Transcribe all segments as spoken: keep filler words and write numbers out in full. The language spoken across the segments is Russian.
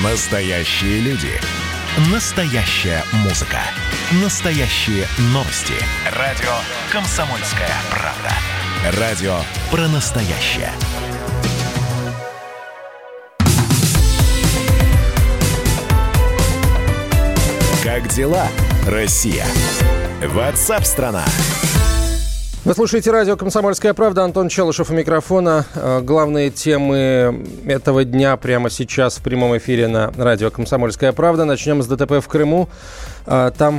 Настоящие люди. Настоящая музыка. Настоящие новости. Радио «Комсомольская правда». Радио про настоящее. Как дела, Россия? Ватсап-страна! Вы слушаете радио «Комсомольская правда». Антон Челышев у микрофона. Главные темы этого дня прямо сейчас в прямом эфире на радио «Комсомольская правда». Начнем с ДТП в Крыму. Там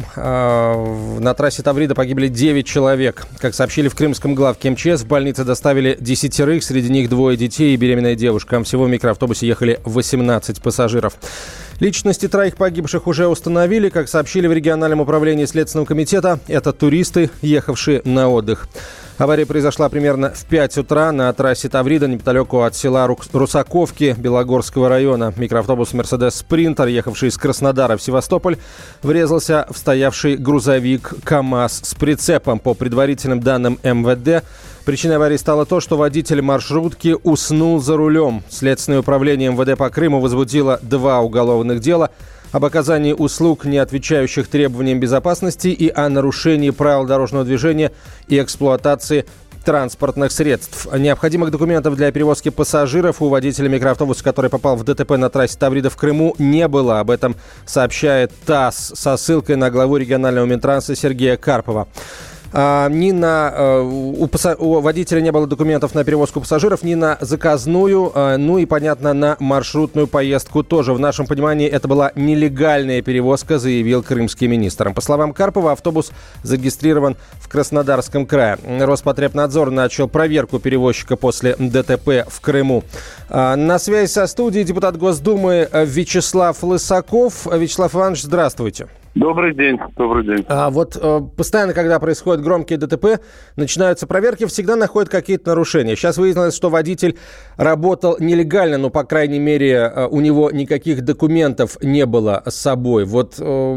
на трассе Таврида погибли девять человек. Как сообщили в крымском главке МЧС, в больнице доставили десятерых, среди них двое детей и беременная девушка. Всего в микроавтобусе ехали восемнадцать пассажиров. Личности троих погибших уже установили. Как сообщили в региональном управлении Следственного комитета, это туристы, ехавшие на отдых. Авария произошла примерно в пять утра на трассе Таврида, неподалеку от села Русаковки Белогорского района. Микроавтобус «Мерседес Спринтер», ехавший из Краснодара в Севастополь, врезался в стоявший грузовик КАМАЗ с прицепом. По предварительным данным эм вэ дэ, причиной аварии стало то, что водитель маршрутки уснул за рулем. Следственное управление эм вэ дэ по Крыму возбудило два уголовных дела об оказании услуг, не отвечающих требованиям безопасности, и о нарушении правил дорожного движения и эксплуатации транспортных средств. Необходимых документов для перевозки пассажиров у водителя микроавтобуса, который попал в ДТП на трассе Таврида в Крыму, не было. Об этом сообщает ТАСС со ссылкой на главу регионального Минтранса Сергея Карпова. А, ни на, а, у, паса- у водителя не было документов на перевозку пассажиров, ни на заказную, а, ну и, понятно, на маршрутную поездку тоже. В нашем понимании это была нелегальная перевозка, заявил крымский министр. По словам Карпова, автобус зарегистрирован в Краснодарском крае. Роспотребнадзор начал проверку перевозчика после ДТП в Крыму. А, на связи со студией депутат Госдумы Вячеслав Лысаков. Вячеслав Иванович, здравствуйте. Добрый день, добрый день. А вот э, постоянно, когда происходят громкие ДТП, начинаются проверки, всегда находят какие-то нарушения. Сейчас выяснилось, что водитель работал нелегально, но, по крайней мере, э, у него никаких документов не было с собой. Вот э,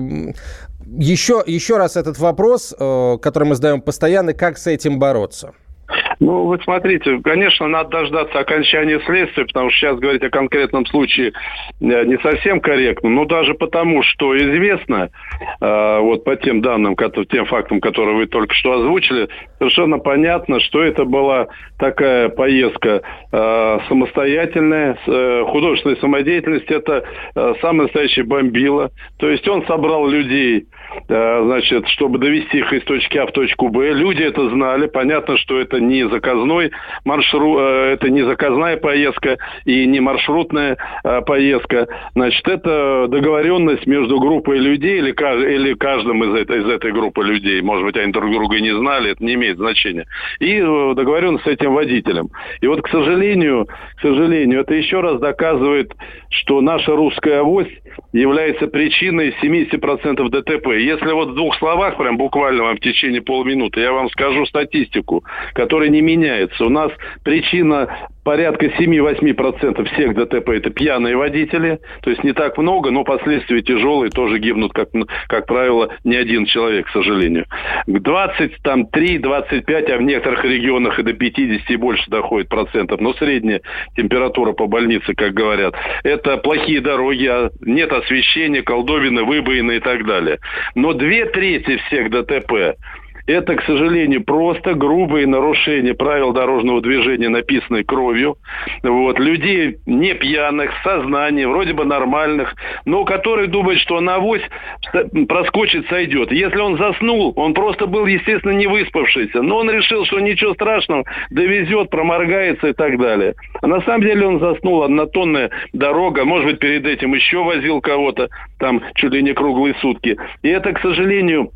еще, еще раз этот вопрос, э, который мы задаем постоянно, как с этим бороться? Ну, вы смотрите, конечно, надо дождаться окончания следствия, потому что сейчас говорить о конкретном случае не совсем корректно, но даже потому, что известно, э, вот по тем данным, тем фактам, которые вы только что озвучили, совершенно понятно, что это была такая поездка э, самостоятельная, э, художественная самодеятельность, это э, самое настоящее бомбило, то есть он собрал людей, э, значит, чтобы довести их из точки А в точку Б, люди это знали, понятно, что это не заказной маршрут, это не заказная поездка и не маршрутная поездка. Значит, это договоренность между группой людей или, или каждым из этой, из этой группы людей. Может быть, они друг друга и не знали, это не имеет значения. И договоренность с этим водителем. И вот, к сожалению, к сожалению, это еще раз доказывает, что наша русская авось является причиной семьдесят процентов ДТП. Если вот в двух словах, прям буквально вам в течение полминуты, я вам скажу статистику, которая не меняется. У нас причина порядка семь-восемь процентов всех ДТП это пьяные водители. То есть не так много, но последствия тяжелые, тоже гибнут, как, как правило, не один человек, к сожалению. двадцать три - двадцать пять, а в некоторых регионах и до пятьдесят и больше доходит процентов. Но средняя температура по больнице, как говорят, это плохие дороги, нет освещения, колдовины, выбоины и так далее. Но две трети всех ДТП это, к сожалению, просто грубые нарушения правил дорожного движения, написанные кровью. Вот. Людей не пьяных, с сознанием, вроде бы нормальных, но которые думают, что на авось проскочит, сойдет. Если он заснул, он просто был, естественно, не выспавшийся. Но он решил, что ничего страшного, довезет, проморгается и так далее. А на самом деле он заснул, однотонная дорога, может быть, перед этим еще возил кого-то, там чуть ли не круглые сутки. И это, к сожалению...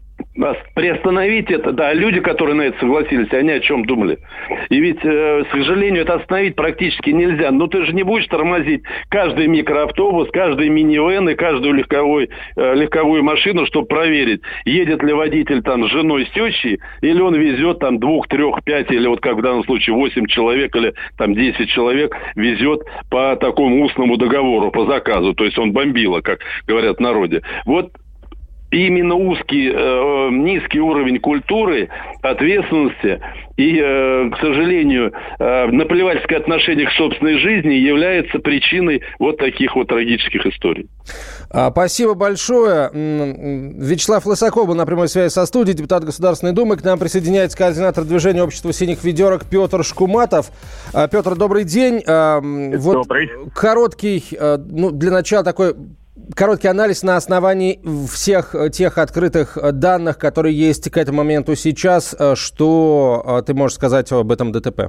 Приостановить это, да, люди, которые на это согласились, они о чем думали. И ведь, э, к сожалению, это остановить практически нельзя. Но ты же не будешь тормозить каждый микроавтобус, каждый минивэн и каждую легковой, э, легковую машину, чтобы проверить, едет ли водитель там с женой, с тещей, или он везет там двух, трех, пять, или вот как в данном случае восемь человек, или там десять человек везет по такому устному договору, по заказу. То есть он бомбило, как говорят в народе. Вот И именно узкий, э, низкий уровень культуры, ответственности и, э, к сожалению, э, наплевательское отношение к собственной жизни является причиной вот таких вот трагических историй. Спасибо большое. Вячеслав Лысаков был на прямой связи со студией, депутат Государственной Думы. К нам присоединяется координатор движения общества синих ведерок Петр Шкуматов. Петр, добрый день. Вот добрый. Короткий, ну, для начала такой... Короткий анализ на основании всех тех открытых данных, которые есть к этому моменту сейчас. Что ты можешь сказать об этом ДТП?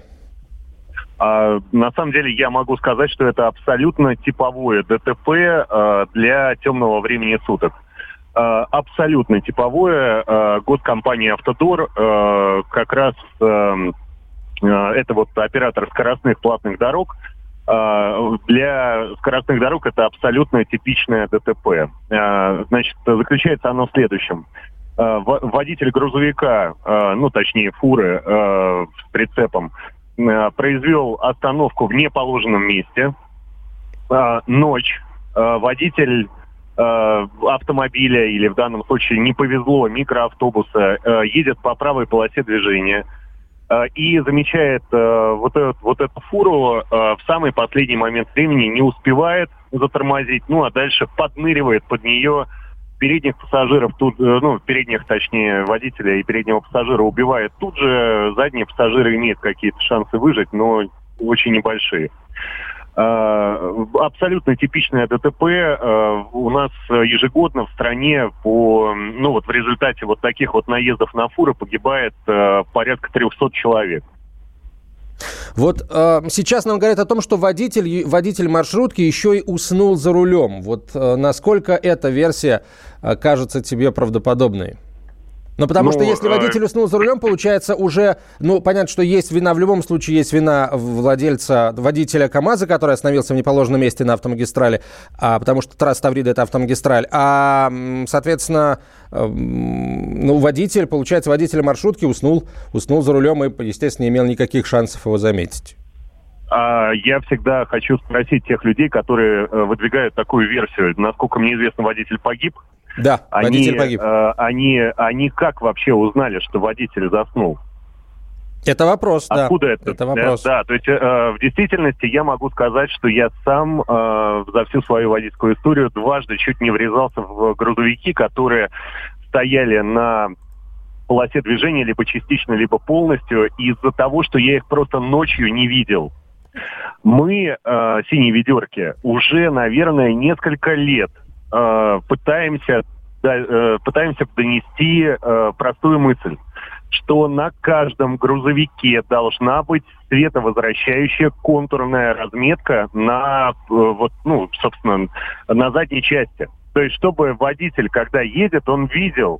А, на самом деле я могу сказать, что это абсолютно типовое ДТП а, для темного времени суток. А, абсолютно типовое. А, госкомпания «Автодор» а, как раз а, а, это вот оператор скоростных платных дорог. Для скоростных дорог это абсолютно типичное ДТП. Значит, заключается оно в следующем. Водитель грузовика, ну точнее фуры с прицепом, произвел остановку в неположенном месте. Ночь. Водитель автомобиля, или в данном случае не повезло, микроавтобуса, едет по правой полосе движения и замечает э, вот, этот, вот эту фуру, э, в самый последний момент времени не успевает затормозить, ну а дальше подныривает под нее, передних пассажиров, тут, э, ну передних, точнее, водителя и переднего пассажира убивает тут же, задние пассажиры имеют какие-то шансы выжить, но очень небольшие. Абсолютно типичное ДТП. У нас ежегодно в стране по, ну вот в результате вот таких вот наездов на фуры погибает порядка триста человек. Вот э, сейчас нам говорят о том, что водитель, водитель маршрутки еще и уснул за рулем. Вот э, насколько эта версия э, кажется тебе правдоподобной? Ну, потому ну, что если водитель уснул за рулем, получается уже, ну, понятно, что есть вина, в любом случае есть вина владельца, водителя КАМАЗа, который остановился в неположенном месте на автомагистрали, а, потому что трасса Таврида – это автомагистраль, а, соответственно, ну, водитель, получается, водитель маршрутки уснул, уснул за рулем и, естественно, не имел никаких шансов его заметить. Я всегда хочу спросить тех людей, которые выдвигают такую версию. Насколько мне известно, водитель погиб. Да, они, водитель погиб. Э, они, они как вообще узнали, что водитель заснул? Это вопрос, да. Откуда это? Это вопрос. Да, да, то есть э, в действительности я могу сказать, что я сам э, за всю свою водительскую историю дважды чуть не врезался в грузовики, которые стояли на полосе движения либо частично, либо полностью, из-за того, что я их просто ночью не видел. Мы, э, синие ведерки, уже, наверное, несколько лет э, пытаемся, да, э, пытаемся донести э, простую мысль, что на каждом грузовике должна быть световозвращающая контурная разметка на, э, вот, ну, собственно, на задней части. То есть, чтобы водитель, когда едет, он видел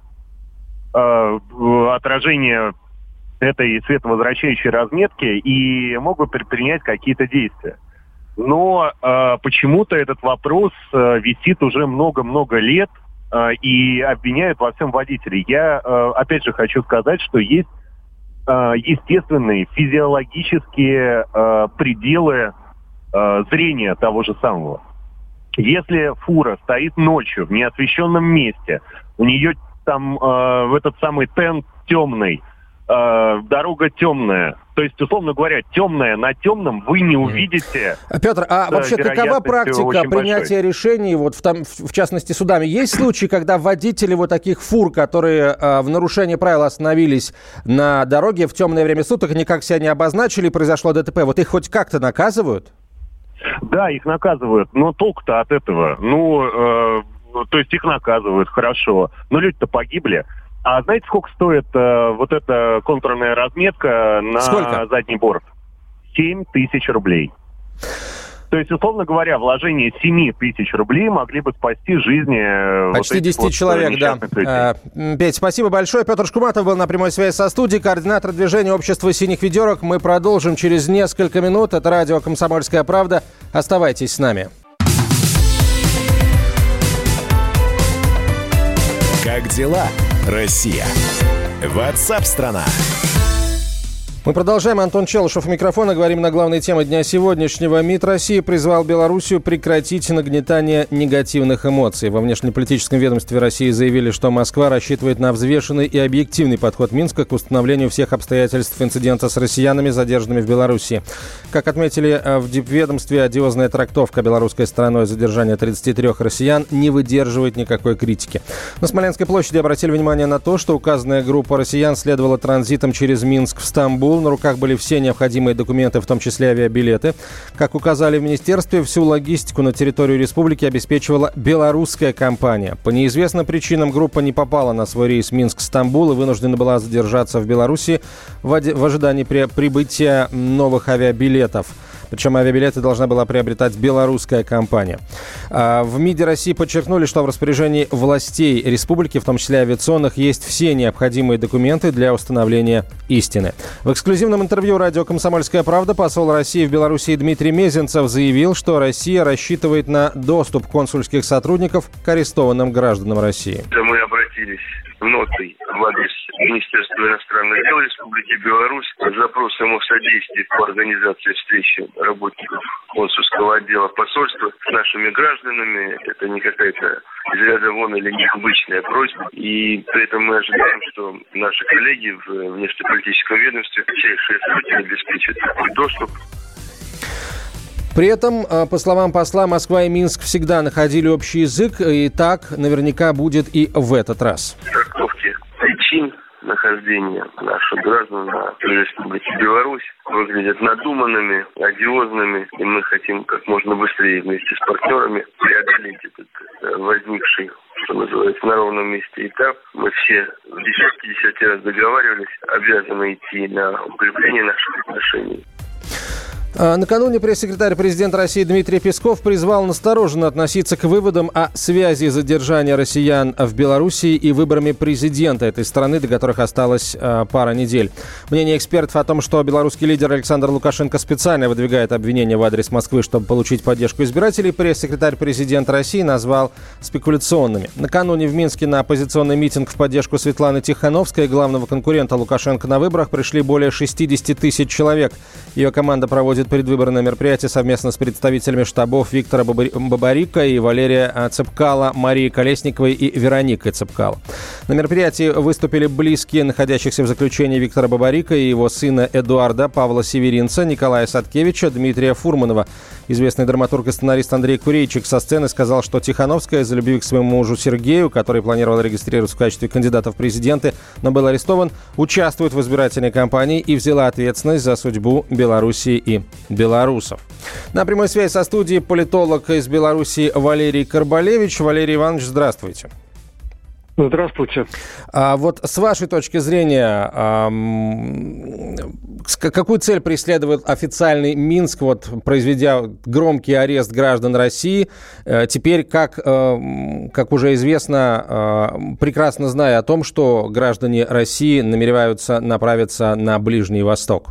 э, отражение этой световозвращающей разметки и мог бы предпринять какие-то действия. Но э, почему-то этот вопрос э, висит уже много-много лет э, и обвиняют во всем водителей. Я, э, опять же, хочу сказать, что есть э, естественные физиологические э, пределы э, зрения того же самого. Если фура стоит ночью в неосвещенном месте, у нее там э, в этот самый тент темный, Э, дорога темная. То есть, условно говоря, темная на темном вы не увидите. Петр, а вообще какова практика принятия большой. решений, вот в, там, в частности, судами? Есть случаи, когда водители вот таких фур, которые э, в нарушении правил остановились на дороге в темное время суток, никак себя не обозначили, произошло ДТП, вот их хоть как-то наказывают? Да, их наказывают, но толку-то от этого. Ну, э, то есть их наказывают, хорошо, но люди-то погибли. А знаете, сколько стоит э, вот эта контурная разметка на сколько? Задний борт? семь тысяч рублей. То есть, условно говоря, вложение семь тысяч рублей могли бы спасти жизни почти вот десять вот человек, да. Людей. Петь, спасибо большое. Петр Шкуматов был на прямой связи со студией, координатор движения общества синих ведерок. Мы продолжим через несколько минут. Это радио «Комсомольская правда». Оставайтесь с нами. Как дела, Россия? WhatsApp-страна. Мы продолжаем. Антон Челышев у микрофона. Говорим на главные темы дня сегодняшнего. МИД России призвал Белоруссию прекратить нагнетание негативных эмоций. Во внешнеполитическом ведомстве России заявили, что Москва рассчитывает на взвешенный и объективный подход Минска к установлению всех обстоятельств инцидента с россиянами, задержанными в Беларуси. Как отметили в дипведомстве, одиозная трактовка белорусской стороной задержания тридцати трёх россиян не выдерживает никакой критики. На Смоленской площади обратили внимание на то, что указанная группа россиян следовала транзитом через Минск в Стамбул. На руках были все необходимые документы, в том числе авиабилеты. Как указали в министерстве, всю логистику на территорию республики обеспечивала белорусская компания. По неизвестным причинам группа не попала на свой рейс Минск-Стамбул и вынуждена была задержаться в Беларуси в ожидании прибытия новых авиабилетов. Причем авиабилеты должна была приобретать белорусская компания. В МИДе России подчеркнули, что в распоряжении властей республики, в том числе авиационных, есть все необходимые документы для установления истины. В эксклюзивном интервью радио «Комсомольская правда» посол России в Беларуси Дмитрий Мезенцев заявил, что Россия рассчитывает на доступ консульских сотрудников к арестованным гражданам России. Мы обратились нотой в адрес Министерства иностранных дел Республики Беларусь с запросом о содействии по организации встречи работников консульского отдела посольства с нашими гражданами. Это не какая-то из ряда вон или необычная просьба. И при этом мы ожидаем, что наши коллеги в внешнеполитическом ведомстве в кратчайшие сроки обеспечат такой доступ. При этом, по словам посла, Москва и Минск всегда находили общий язык, и так наверняка будет и в этот раз. Трактовки причин нахождения наших граждан на Республике Беларусь выглядят надуманными, одиозными, и мы хотим как можно быстрее вместе с партнерами преодолеть этот возникший, что называется, на ровном месте этап. Мы все в десятки-десятки раз договаривались, обязаны идти на укрепление наших отношений. Накануне пресс-секретарь президента России Дмитрий Песков призвал настороженно относиться к выводам о связи задержания россиян в Белоруссии и выборами президента этой страны, до которых осталась э, пара недель. Мнение экспертов о том, что белорусский лидер Александр Лукашенко специально выдвигает обвинения в адрес Москвы, чтобы получить поддержку избирателей, пресс-секретарь президента России назвал спекуляционными. Накануне в Минске на оппозиционный митинг в поддержку Светланы Тихановской, главного конкурента Лукашенко на выборах, пришли более шестьдесят тысяч человек. Ее команда проводит предвыборное мероприятие совместно с представителями штабов Виктора Бабарика и Валерия Цепкала, Марии Колесниковой и Вероникой Цепкала. На мероприятии выступили близкие находящихся в заключении Виктора Бабарика и его сына Эдуарда Павла Северинца, Николая Садкевича, Дмитрия Фурманова. Известный драматург и сценарист Андрей Курейчик со сцены сказал, что Тихановская из-за любви к своему мужу Сергею, который планировал регистрироваться в качестве кандидата в президенты, но был арестован, участвует в избирательной кампании и взяла ответственность за судьбу Белоруссии и белорусов. На прямой связи со студией политолог из Беларуси Валерий Карбалевич. Валерий Иванович, здравствуйте. Здравствуйте. А вот с вашей точки зрения, эм, какую цель преследует официальный Минск, вот, произведя громкий арест граждан России, э, теперь, как, э, как уже известно, э, прекрасно зная о том, что граждане России намереваются направиться на Ближний Восток?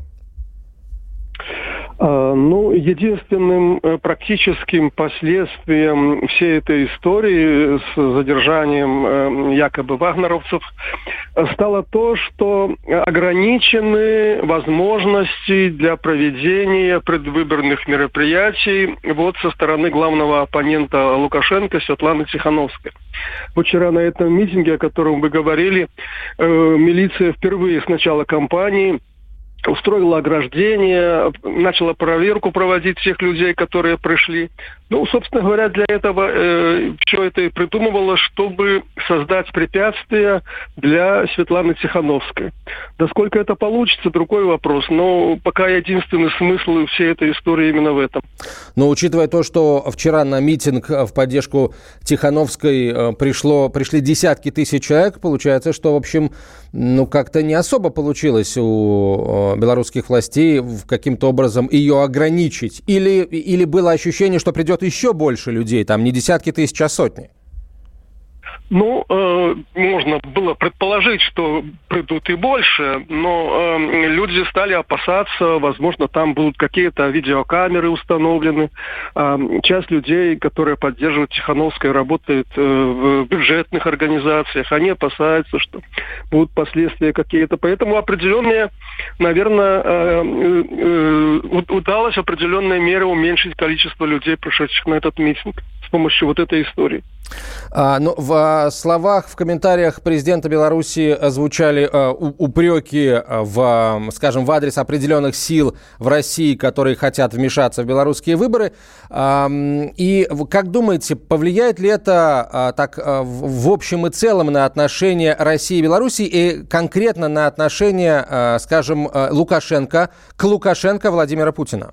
Ну, единственным практическим последствием всей этой истории с задержанием якобы вагнеровцев стало то, что ограничены возможности для проведения предвыборных мероприятий вот со стороны главного оппонента Лукашенко Светланы Тихановской. Вот вчера на этом митинге, о котором вы говорили, милиция впервые с начала кампании устроила ограждение, начала проверку проводить всех людей, которые пришли. Ну, собственно говоря, для этого э, все это и придумывалось, чтобы создать препятствия для Светланы Тихановской. Насколько это получится, другой вопрос. Но пока единственный смысл всей этой истории именно в этом. Но учитывая то, что вчера на митинг в поддержку Тихановской пришло, пришли десятки тысяч человек, получается, что, в общем, ну, как-то не особо получилось у белорусских властей каким-то образом ее ограничить. Или, или было ощущение, что придет еще больше людей, там не десятки тысяч, а сотни? Ну, э, можно было предположить, что придут и больше, но э, люди стали опасаться, возможно, там будут какие-то видеокамеры установлены. Э, часть людей, которые поддерживают Тихановская, работает э, в бюджетных организациях, они опасаются, что будут последствия какие-то. Поэтому определенные, наверное, э, э, удалось в определенной мере уменьшить количество людей, пришедших на этот митинг с помощью вот этой истории. А, ну, в словах, в комментариях президента Беларуси звучали а, упреки в, скажем, в адрес определенных сил в России, которые хотят вмешаться в белорусские выборы. А, и как думаете, повлияет ли это а, так а, в общем и целом на отношения России и Беларуси и конкретно на отношения, а, скажем, Лукашенко к Лукашенко Владимира Путина?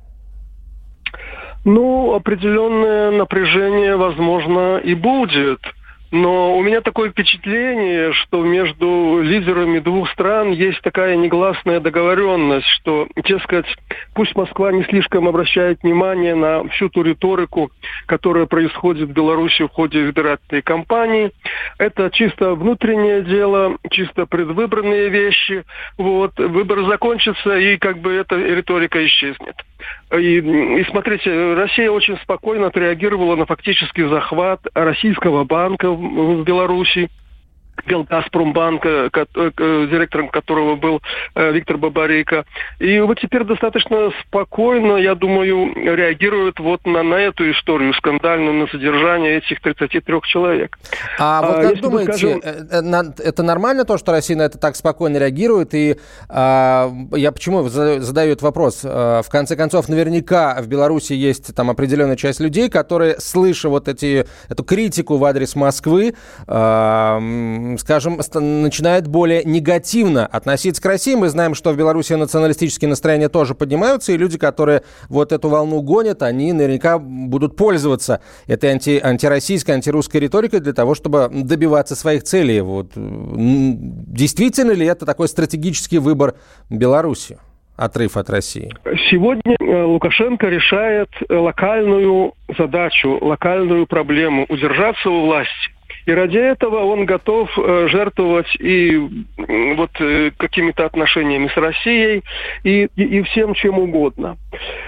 Ну, определенное напряжение, возможно, и будет. Но у меня такое впечатление, что между лидерами двух стран есть такая негласная договоренность, что, дескать, пусть Москва не слишком обращает внимание на всю ту риторику, которая происходит в Беларуси в ходе избирательной кампании. Это чисто внутреннее дело, чисто предвыборные вещи. Вот. Выборы закончатся, и как бы эта риторика исчезнет. И, и смотрите, Россия очень спокойно отреагировала на фактический захват российского банка в, в Беларуси, Газпромбанка, директором которого был Виктор Бабарейко. И вот теперь достаточно спокойно, я думаю, реагируют вот на, на эту историю скандальную, на содержание этих тридцати трёх человек. А, а вот как думаете, скажем... это нормально то, что Россия на это так спокойно реагирует? И а, я почему задаю этот вопрос? В конце концов, наверняка в Беларуси есть там определенная часть людей, которые, слыша вот эти, эту критику в адрес Москвы, а, скажем, начинает более негативно относиться к России. Мы знаем, что в Беларуси националистические настроения тоже поднимаются, и люди, которые вот эту волну гонят, они наверняка будут пользоваться этой анти, антироссийской, антирусской риторикой для того, чтобы добиваться своих целей. Вот. Действительно ли это такой стратегический выбор Беларуси? Отрыв от России. Сегодня Лукашенко решает локальную задачу, локальную проблему – удержаться у власти. И ради этого он готов э, жертвовать и э, вот э, какими-то отношениями с Россией и, и, и всем чем угодно.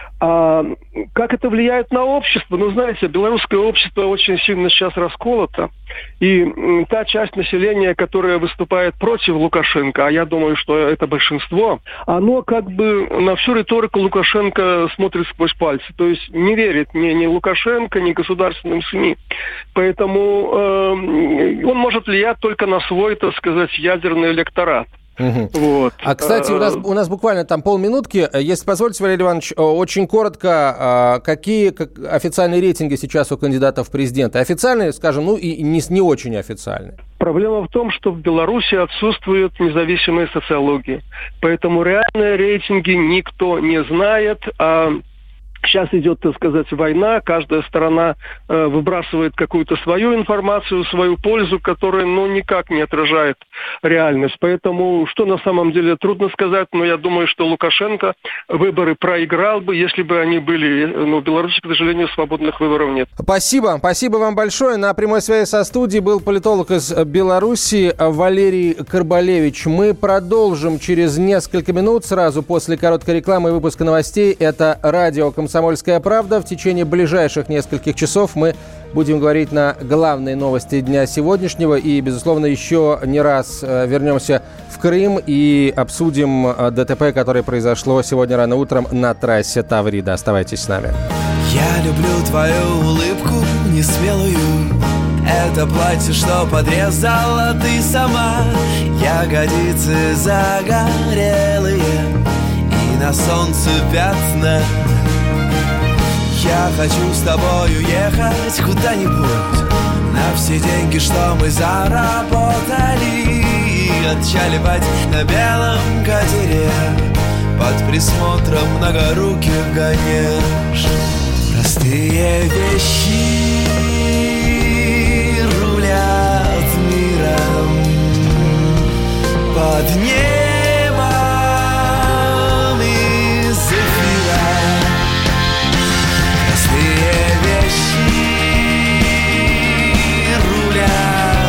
А как это влияет на общество? Ну, знаете, белорусское общество очень сильно сейчас расколото. И м, та часть населения, которая выступает против Лукашенко, а я думаю, что это большинство, оно как бы на всю риторику Лукашенко смотрит сквозь пальцы. То есть не верит ни, ни Лукашенко, ни государственным СМИ. Поэтому э, он может влиять только на свой, так сказать, ядерный электорат. Угу. Вот. А, кстати, у нас, у нас буквально там полминутки. Если позволите, Валерий Иванович, очень коротко, какие официальные рейтинги сейчас у кандидатов в президенты? Официальные, скажем, ну и не, не очень официальные. Проблема в том, что в Беларуси отсутствует независимая социология. Поэтому реальные рейтинги никто не знает, а... Сейчас идет, так сказать, война, каждая сторона э, выбрасывает какую-то свою информацию, свою пользу, которая, ну, никак не отражает реальность. Поэтому, что на самом деле, трудно сказать, но я думаю, что Лукашенко выборы проиграл бы, если бы они были. Но в Беларуси, к сожалению, свободных выборов нет. Спасибо. Спасибо вам большое. На прямой связи со студией был политолог из Беларуси Валерий Карбалевич. Мы продолжим через несколько минут, сразу после короткой рекламы и выпуска новостей. Это радио «Комсомольская правда». В течение ближайших нескольких часов мы будем говорить на главные новости дня сегодняшнего. И, безусловно, еще не раз вернемся в Крым и обсудим ДТП, которое произошло сегодня рано утром на трассе Таврида. Оставайтесь с нами. Я люблю твою улыбку несмелую. Это платье, что подрезала ты сама. Ягодицы загорелые и на солнце пятна. Я хочу с тобою ехать куда-нибудь на все деньги, что мы заработали, отчаливать на белом катере под присмотром многоруких гонеж. Простые вещи рулят миром под небом из эфира. Простые вещи рулят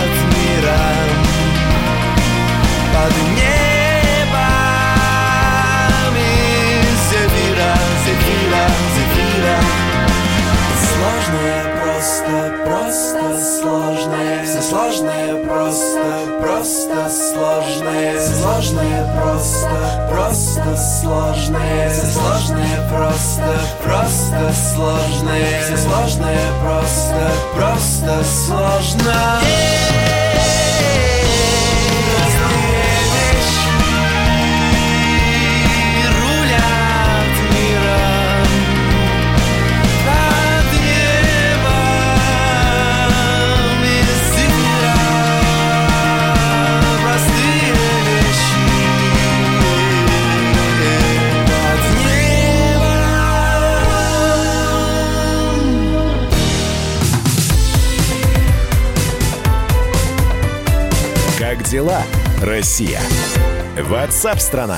просто, просто сложное. Все сложное просто, просто сложное. Все сложное просто, просто сложное. Все сложное просто, просто сложное. Все сложное просто, просто сложное. Как дела, Россия? Ватсап-страна!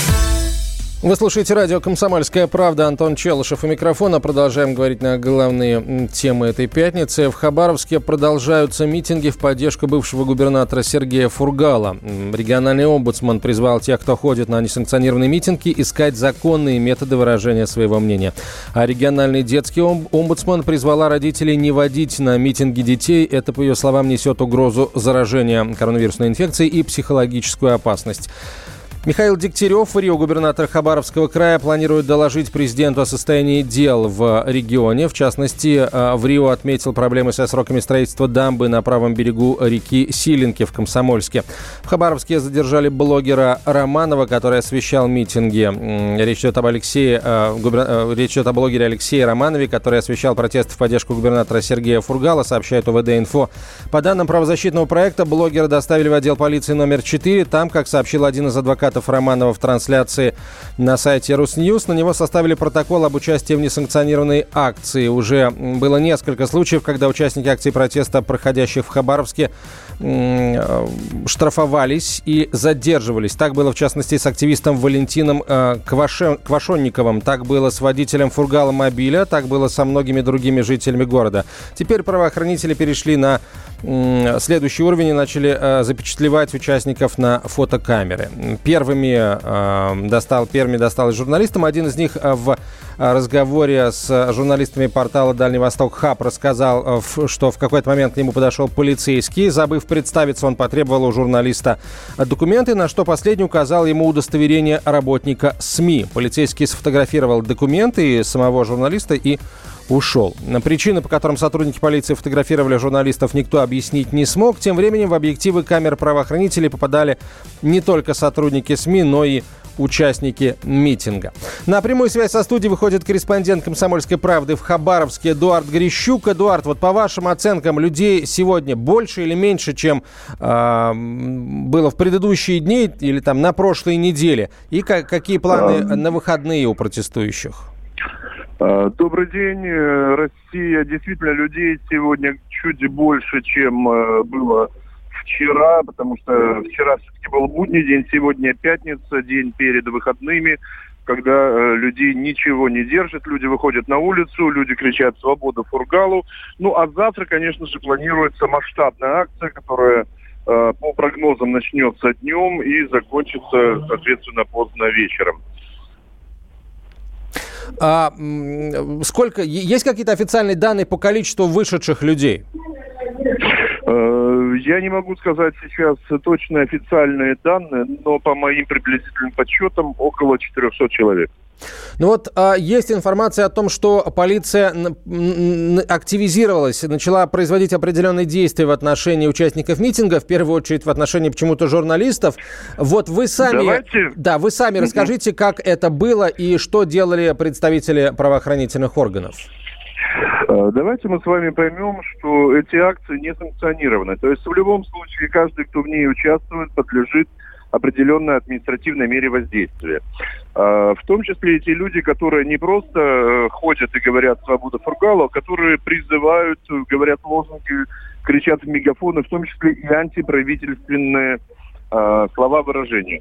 Вы слушаете радио «Комсомольская правда». Антон Челышев у микрофона. Продолжаем говорить на главные темы этой пятницы. В Хабаровске продолжаются митинги в поддержку бывшего губернатора Сергея Фургала. Региональный омбудсман призвал тех, кто ходит на несанкционированные митинги, искать законные методы выражения своего мнения. А региональный детский омбудсман призвала родителей не водить на митинги детей. Это, по ее словам, несет угрозу заражения коронавирусной инфекцией и психологическую опасность. Михаил Дегтярев, рио-губернатор Хабаровского края, планирует доложить президенту о состоянии дел в регионе. В частности, в Рио отметил проблемы со сроками строительства дамбы на правом берегу реки Силинки в Комсомольске. В Хабаровске задержали блогера Романова, который освещал митинги. Речь идет об Алексее, губер... Речь идет о блогере Алексее Романове, который освещал протесты в поддержку губернатора Сергея Фургала, сообщает ОВД-инфо. По данным правозащитного проекта, блогера доставили в отдел полиции номер четыре. Там, как сообщил один из адвокатов Романова в трансляции на сайте Русньюз, на него составили протокол об участии в несанкционированной акции. Уже было несколько случаев, когда участники акций протеста, проходящих в Хабаровске, штрафовались и задерживались. Так было, в частности, с активистом Валентином Кваше... Квашонниковым. Так было с водителем Фургала Мобиля. Так было со многими другими жителями города. Теперь правоохранители перешли на следующий уровень и начали э, запечатлевать участников на фотокамеры. Первыми, э, достал, первыми досталось журналистам. Один из них э, в разговоре с журналистами портала «Дальний Восток Хаб» рассказал, э, что в какой-то момент к нему подошел полицейский. Забыв представиться, он потребовал у журналиста документы, на что последний указал ему удостоверение работника СМИ. Полицейский сфотографировал документы самого журналиста и ушел. Причины, по которым сотрудники полиции фотографировали журналистов, никто объяснить не смог. Тем временем в объективы камер правоохранителей попадали не только сотрудники СМИ, но и участники митинга. На прямую связь со студией выходит корреспондент «Комсомольской правды» в Хабаровске Эдуард Грищук. Эдуард, вот по вашим оценкам, людей сегодня больше или меньше, чем э, было в предыдущие дни или там на прошлой неделе? И как, какие планы на выходные у протестующих? Добрый день. Россия. Действительно, людей сегодня чуть больше, чем было вчера, потому что вчера все-таки был будний день, сегодня пятница, день перед выходными, когда людей ничего не держит, люди выходят на улицу, люди кричат «Свобода Фургалу». Ну, а завтра, конечно же, планируется масштабная акция, которая по прогнозам начнется днем и закончится, соответственно, поздно вечером. А сколько, есть какие-то официальные данные по количеству вышедших людей? Я не могу сказать сейчас точные официальные данные, но по моим приблизительным подсчетам около четыреста человек. Ну вот а, есть информация о том, что полиция н- н- активизировалась, начала производить определенные действия в отношении участников митинга, в первую очередь в отношении почему-то журналистов. Вот вы сами, Давайте. да, вы сами расскажите, как это было и что делали представители правоохранительных органов. Давайте мы с вами поймем, что эти акции не санкционированы. То есть в любом случае каждый, кто в ней участвует, подлежит определенной административной мере воздействия. В том числе и те люди, которые не просто ходят и говорят «Свобода Фургала», а которые призывают, говорят лозунги, кричат в мегафоны, в том числе и антиправительственные слова выражения.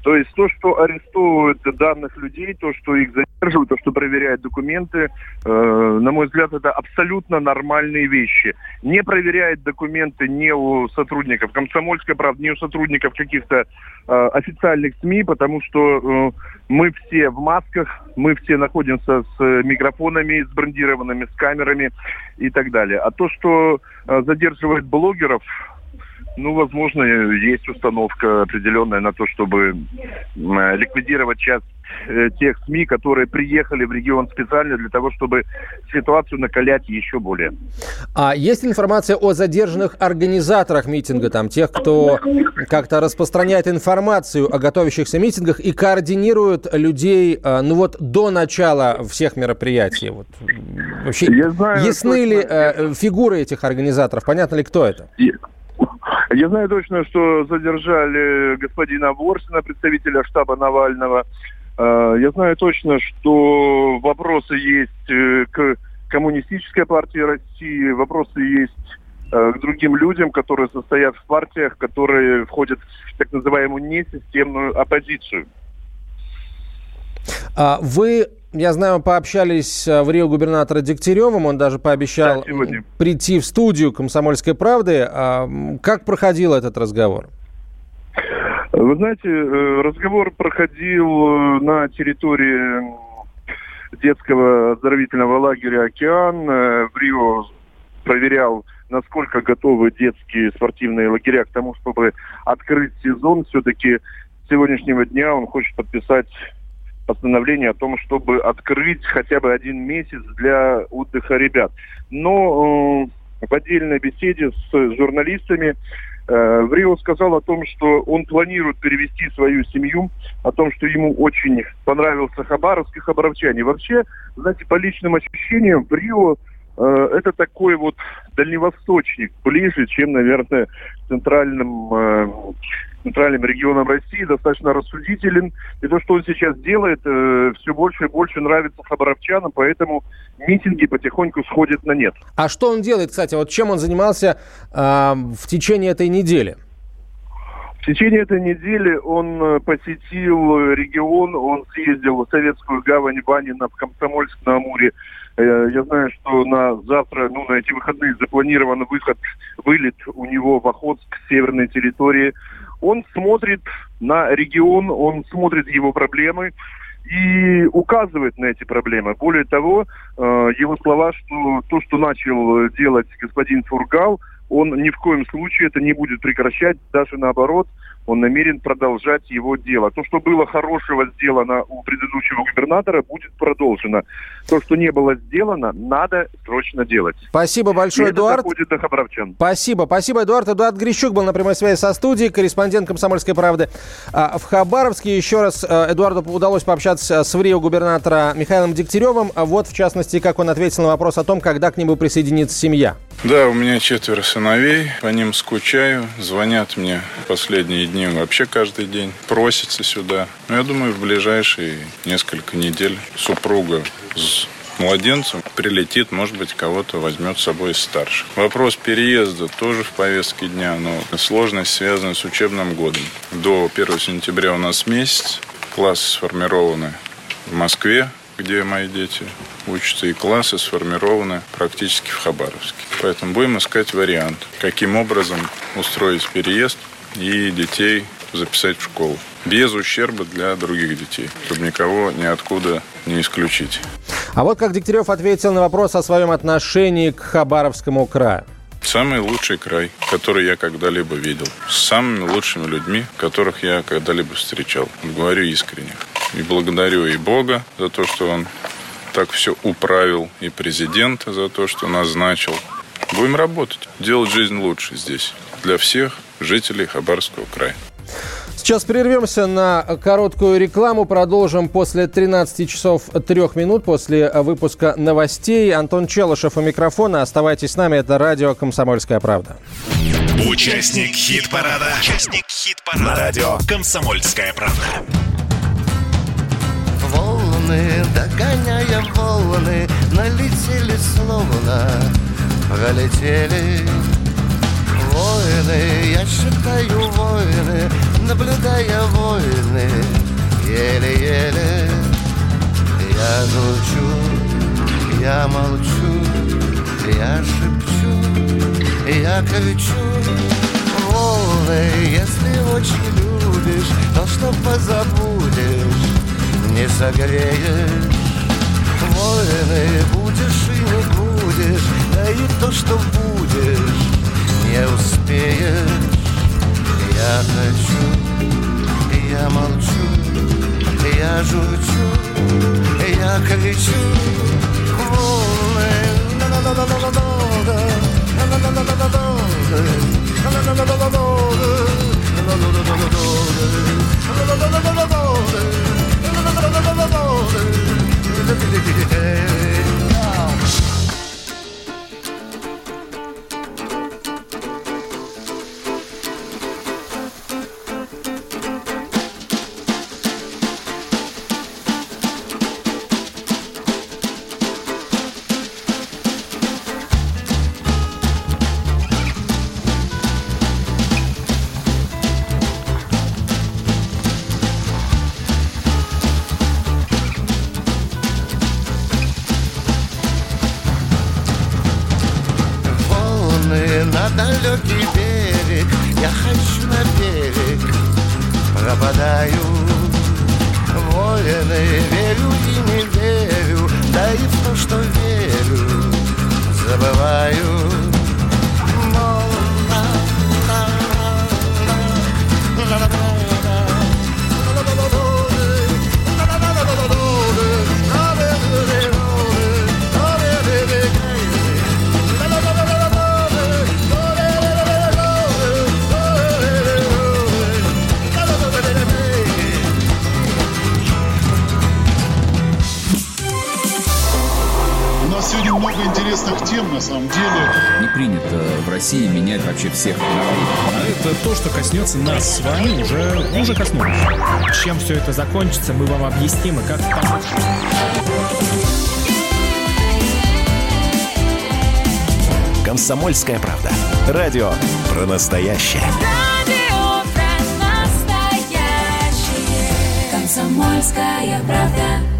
То есть то, что арестовывают данных людей, то, что их задерживают, то, что проверяют документы, э, на мой взгляд, это абсолютно нормальные вещи. Не проверяют документы не у сотрудников «Комсомольской правды», не у сотрудников каких-то э, официальных СМИ, потому что э, мы все в масках, мы все находимся с микрофонами, с брендированными, с камерами и так далее. А то, что э, задерживают блогеров, ну, возможно, есть установка определенная на то, чтобы ликвидировать часть тех СМИ, которые приехали в регион специально для того, чтобы ситуацию накалять еще более. А есть информация о задержанных организаторах митинга, там, тех, кто как-то распространяет информацию о готовящихся митингах и координирует людей, ну вот, до начала всех мероприятий? Вот. Вообще, Я знаю, ясны ли э, фигуры этих организаторов? Понятно ли, кто это? Я знаю точно, что задержали господина Ворсина, представителя штаба Навального. Я знаю точно, что вопросы есть к Коммунистической партии России, вопросы есть к другим людям, которые состоят в партиях, которые входят в так называемую несистемную оппозицию. Вы, я знаю, пообщались в Рио губернатора Дегтяревым, он даже пообещал да, прийти в студию «Комсомольской правды». Как проходил этот разговор? Вы знаете, разговор проходил на территории детского оздоровительного лагеря «Океан». В Рио проверял, насколько готовы детские спортивные лагеря к тому, чтобы открыть сезон. Все-таки с сегодняшнего дня он хочет подписать постановление о том, чтобы открыть хотя бы один месяц для отдыха ребят. Но э, в отдельной беседе с журналистами э, Врио сказал о том, что он планирует перевести свою семью, о том, что ему очень понравился Хабаровск и хабаровчане. Вообще, знаете, по личным ощущениям, Врио э, это такой вот дальневосточник, ближе, чем, наверное, центральным э, центральным регионом России, достаточно рассудителен. И то, что он сейчас делает, э, все больше и больше нравится хабаровчанам, поэтому митинги потихоньку сходят на нет. А что он делает, кстати? Вот чем он занимался э, в течение этой недели? В течение этой недели он посетил регион, он съездил в Советскую гавань Банина, в Комсомольск на Амуре. Я знаю, что на завтра, ну, на эти выходные запланирован выход, вылет у него в Охотск, к северной территории. Он смотрит на регион, он смотрит его проблемы и указывает на эти проблемы. Более того, его слова, что то, что начал делать господин Фургал, он ни в коем случае это не будет прекращать, даже наоборот, он намерен продолжать его дело. То, что было хорошего сделано у предыдущего губернатора, будет продолжено. То, что не было сделано, надо срочно делать. Спасибо большое, и это Эдуард. доходит до хабаровчан. Спасибо. Спасибо, Эдуард. Эдуард Грищук был на прямой связи со студией, корреспондент «Комсомольской правды» в Хабаровске. Еще раз Эдуарду удалось пообщаться с Рио губернатора Михаилом Дегтяревым. Вот, в частности, как он ответил на вопрос о том, когда к нему присоединится семья. Да, у меня четверо сыновей, по ним скучаю, звонят мне последние дни, вообще каждый день, просятся сюда. Но я думаю, в ближайшие несколько недель супруга с младенцем прилетит, может быть, кого-то возьмет с собой из старших. Вопрос переезда тоже в повестке дня, но сложность связана с учебным годом. До первого сентября у нас месяц, классы сформированы в Москве, где мои дети учатся, и классы сформированы практически в Хабаровске. Поэтому будем искать вариант, каким образом устроить переезд и детей записать в школу. Без ущерба для других детей, чтобы никого ниоткуда не исключить. А вот как Дегтярев ответил на вопрос о своем отношении к Хабаровскому краю. Самый лучший край, который я когда-либо видел. С самыми лучшими людьми, которых я когда-либо встречал. Говорю искренне. И благодарю и Бога за то, что Он так все управил, и президента за то, что назначил. Будем работать, делать жизнь лучше здесь. Для всех жителей Хабаровского края. Сейчас прервемся на короткую рекламу. Продолжим после тринадцати часов трёх минут, после выпуска новостей. Антон Челышев у микрофона. Оставайтесь с нами. Это радио «Комсомольская правда». Участник хит-парада. Участник хит-парада. На радио «Комсомольская правда». Волны, догоняя волны, налетели словно, пролетели. Войны, я считаю войны, наблюдая войны, еле-еле. Я звучу, я молчу, я шепчу, я кричу. Волны, если очень любишь, то, что позабудешь, не согреешь. Войны, будешь и не будешь, да и то, что будешь, не успеешь. Я хочу, я молчу, я журчу, я кричу. Волны, на далекий берег, я хочу на берег, пропадаю. Воины, верю и не верю, да и в то, что верю, забываю. Сегодня много интересных тем, на самом деле. Не принято в России менять вообще всех народов. А это то, что коснется нас с вами, уже, уже коснулось. Чем все это закончится, мы вам объясним и как помочь. «Комсомольская правда». Радио про настоящее. Радио про настоящее. «Комсомольская правда».